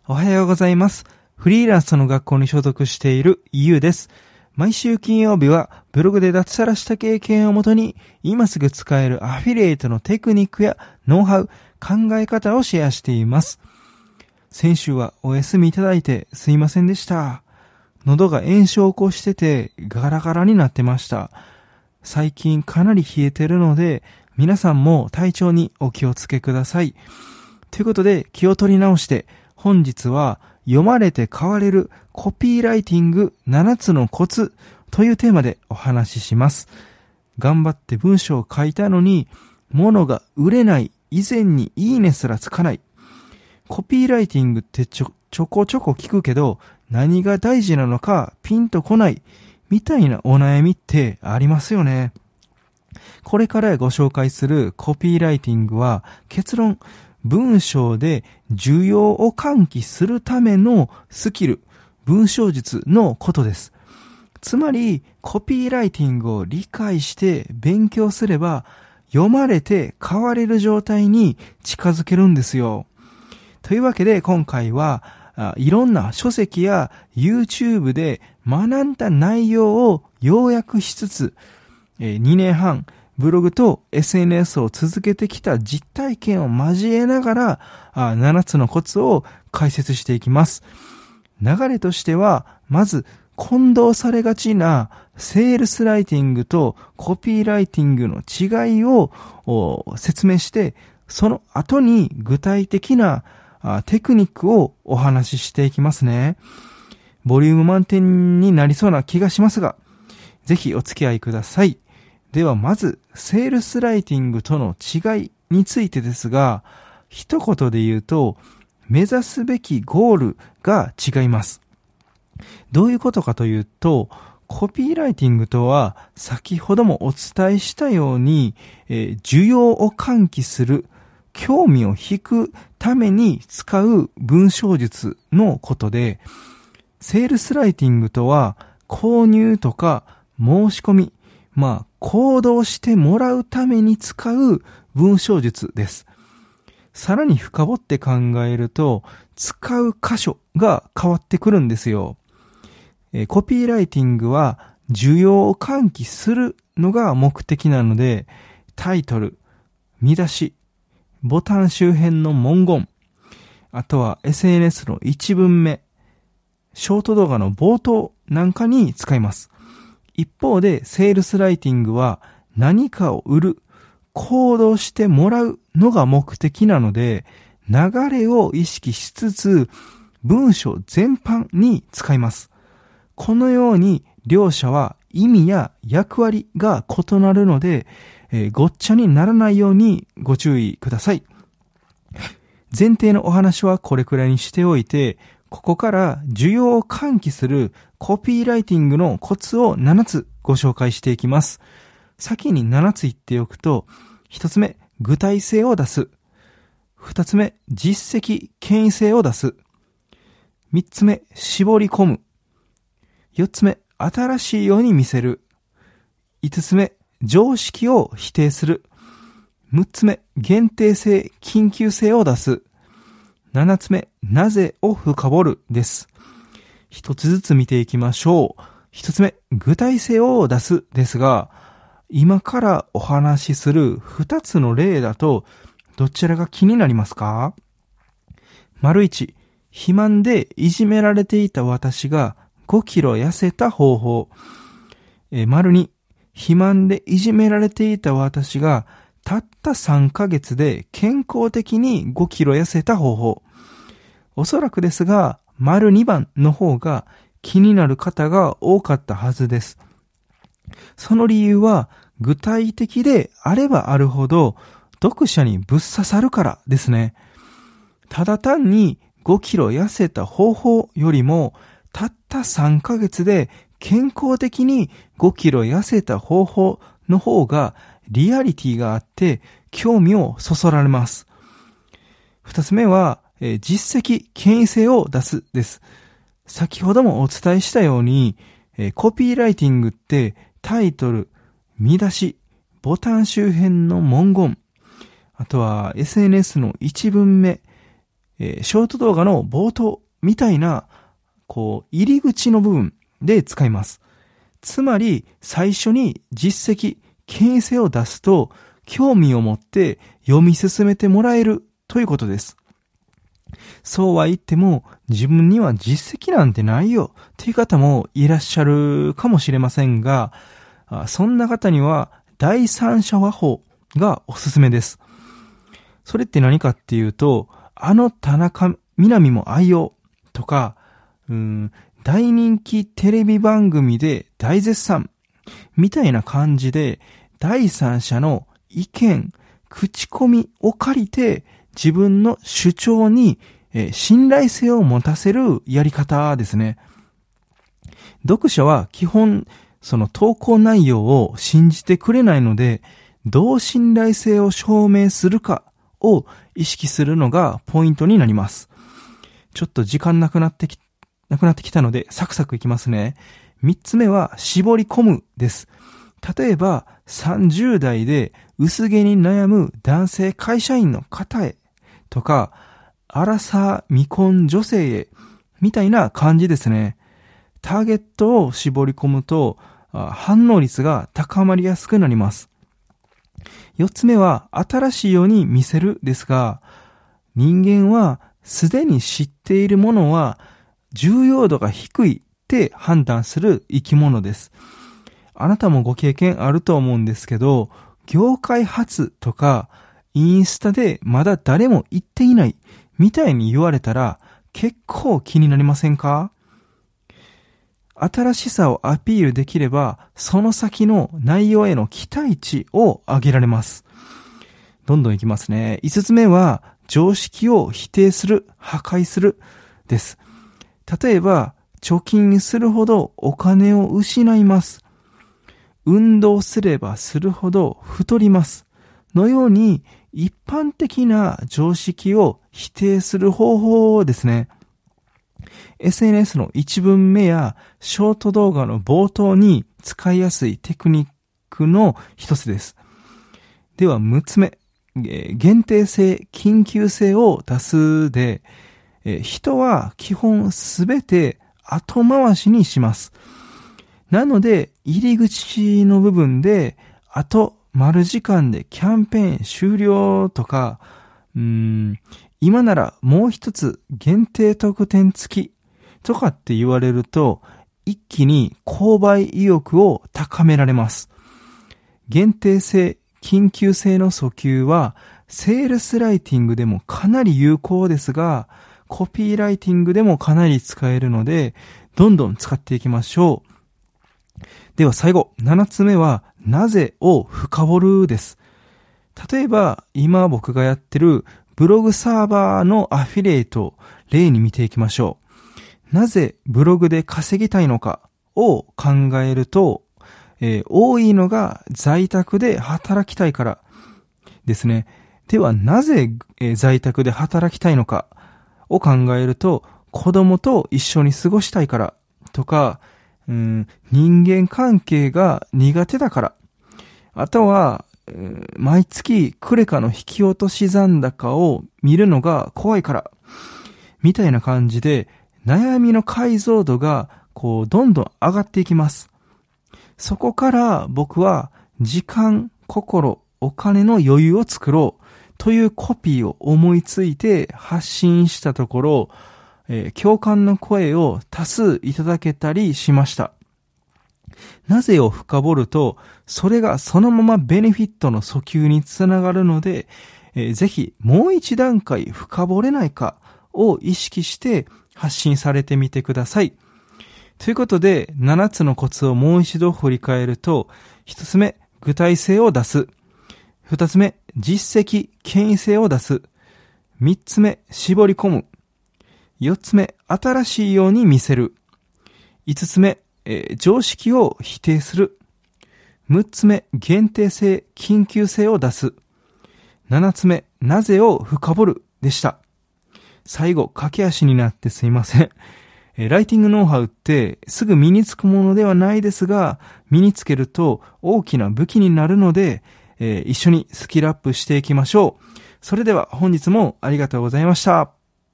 おはようございます。フリーランスの学校に所属しているゆうです。毎週金曜日はブログで脱サラした経験をもとに今すぐ使えるアフィリエイトのテクニックやノウハウ、考え方をシェアしています。先週はお休みいただいてすいませんでした。喉が炎症を起こしててガラガラになってました。最近かなり冷えてるので皆さんも体調にお気をつけください。ということで気を取り直して本日は読まれて変われるコピーライティング7つのコツというテーマでお話しします。頑張って文章を書いたのに物が売れない、以前にいいねすらつかない。コピーライティングってちょこちょこ聞くけど何が大事なのかピンとこないみたいなお悩みってありますよね。これからご紹介するコピーライティングは結論、文章で需要を喚起するためのスキル、文章術のことです。つまり、コピーライティングを理解して勉強すれば、読まれて変われる状態に近づけるんですよ。というわけで今回はいろんな書籍や YouTube で学んだ内容を要約しつつ、2年半、ブログと SNS を続けてきた実体験を交えながら7つのコツを解説していきます。流れとしては、まず混同されがちなセールスライティングとコピーライティングの違いを説明して、その後に具体的なテクニックをお話ししていきますね。ボリューム満点になりそうな気がしますが、ぜひお付き合いください。ではまず、セールスライティングとの違いについてですが、一言で言うと、目指すべきゴールが違います。どういうことかというと、コピーライティングとは、先ほどもお伝えしたように、需要を喚起する、興味を引くために使う文章術のことで、セールスライティングとは、購入とか申し込み、行動してもらうために使う文章術です。さらに深掘って考えると、使う箇所が変わってくるんですよ。コピーライティングは需要を喚起するのが目的なので、タイトル、見出し、ボタン周辺の文言、あとは SNS の一文目、ショート動画の冒頭なんかに使います。一方で、セールスライティングは何かを売る、行動してもらうのが目的なので、流れを意識しつつ、文章全般に使います。このように、両者は意味や役割が異なるので、ごっちゃにならないようにご注意ください。前提のお話はこれくらいにしておいて、ここから需要を喚起するコピーライティングのコツを7つご紹介していきます。先に7つ言っておくと、1つ目、具体性を出す。2つ目、実績、権威性を出す。3つ目、絞り込む。4つ目、新しいように見せる。5つ目、常識を否定する。6つ目、限定性、緊急性を出す。7つ目、なぜを深掘るです。一つずつ見ていきましょう。一つ目、具体性を出すですが、今からお話しする2つの例だと、どちらが気になりますか？丸1、肥満でいじめられていた私が5キロ痩せた方法。丸2、肥満でいじめられていた私がたった3ヶ月で健康的に5キロ痩せた方法。おそらくですが、丸2番の方が気になる方が多かったはずです。その理由は、具体的であればあるほど、読者にぶっ刺さるからですね。ただ単に5キロ痩せた方法よりも、たった3ヶ月で健康的に5キロ痩せた方法の方が、リアリティがあって興味をそそられます。二つ目は、実績、権威性を出すです。先ほどもお伝えしたように、コピーライティングってタイトル、見出し、ボタン周辺の文言、あとは SNS の一文目、 ショート動画の冒頭みたいな、入り口の部分で使います。つまり、最初に実績、権威性を出すと、興味を持って読み進めてもらえるということです。そうは言っても、自分には実績なんてないよという方もいらっしゃるかもしれませんが、そんな方には第三者話法がおすすめです。それって何かっていうと、田中みな実も愛用とか、大人気テレビ番組で大絶賛みたいな感じで、第三者の意見、口コミを借りて自分の主張に信頼性を持たせるやり方ですね。読者は基本その投稿内容を信じてくれないので、どう信頼性を証明するかを意識するのがポイントになります。ちょっと時間なくなってきたのでサクサクいきますね。3つ目は絞り込むです。例えば30代で薄毛に悩む男性会社員の方へとか、アラサー未婚女性へみたいな感じですね。ターゲットを絞り込むと反応率が高まりやすくなります。4つ目は新しいように見せるですが、人間はすでに知っているものは重要度が低いって判断する生き物です。あなたもご経験あると思うんですけど、業界初とかインスタでまだ誰も言っていないみたいに言われたら結構気になりませんか？新しさをアピールできれば、その先の内容への期待値を上げられます。どんどんいきますね。5つ目は常識を否定する、破壊するです。例えば、貯金するほどお金を失います。運動すればするほど太ります。のように一般的な常識を否定する方法ですね。SNS の一文目やショート動画の冒頭に使いやすいテクニックの一つです。では6つ目、限定性、緊急性を出すで、人は基本すべて後回しにします。なので、入り口の部分で、あと丸時間でキャンペーン終了とか、今ならもう一つ限定特典付きとかって言われると、一気に購買意欲を高められます。限定性、緊急性の訴求は、セールスライティングでもかなり有効ですが、コピーライティングでもかなり使えるので、どんどん使っていきましょう。では最後、7つ目は、なぜを深掘るです。例えば、今僕がやってるブログサーバーのアフィリエイトを例に見ていきましょう。なぜブログで稼ぎたいのかを考えると、多いのが在宅で働きたいからですね。ではなぜ、在宅で働きたいのかを考えると、子供と一緒に過ごしたいからとか、人間関係が苦手だから、あとは、毎月クレカの引き落とし残高を見るのが怖いから、みたいな感じで悩みの解像度がどんどん上がっていきます。そこから僕は時間、心、お金の余裕を作ろうというコピーを思いついて発信したところ、共感の声を多数いただけたりしました。なぜを深掘ると、それがそのままベネフィットの訴求につながるので、ぜひもう一段階深掘れないかを意識して発信されてみてください。ということで、7つのコツをもう一度振り返ると、1つ目、具体性を出す。2つ目、実績、権威性を出す。3つ目、絞り込む。4つ目、新しいように見せる。5つ目、常識を否定する。6つ目、限定性、緊急性を出す。7つ目、なぜを深掘るでした。最後、駆け足になってすいません。ライティングノウハウってすぐ身につくものではないですが、身につけると大きな武器になるので、一緒にスキルアップしていきましょう。それでは本日もありがとうございました。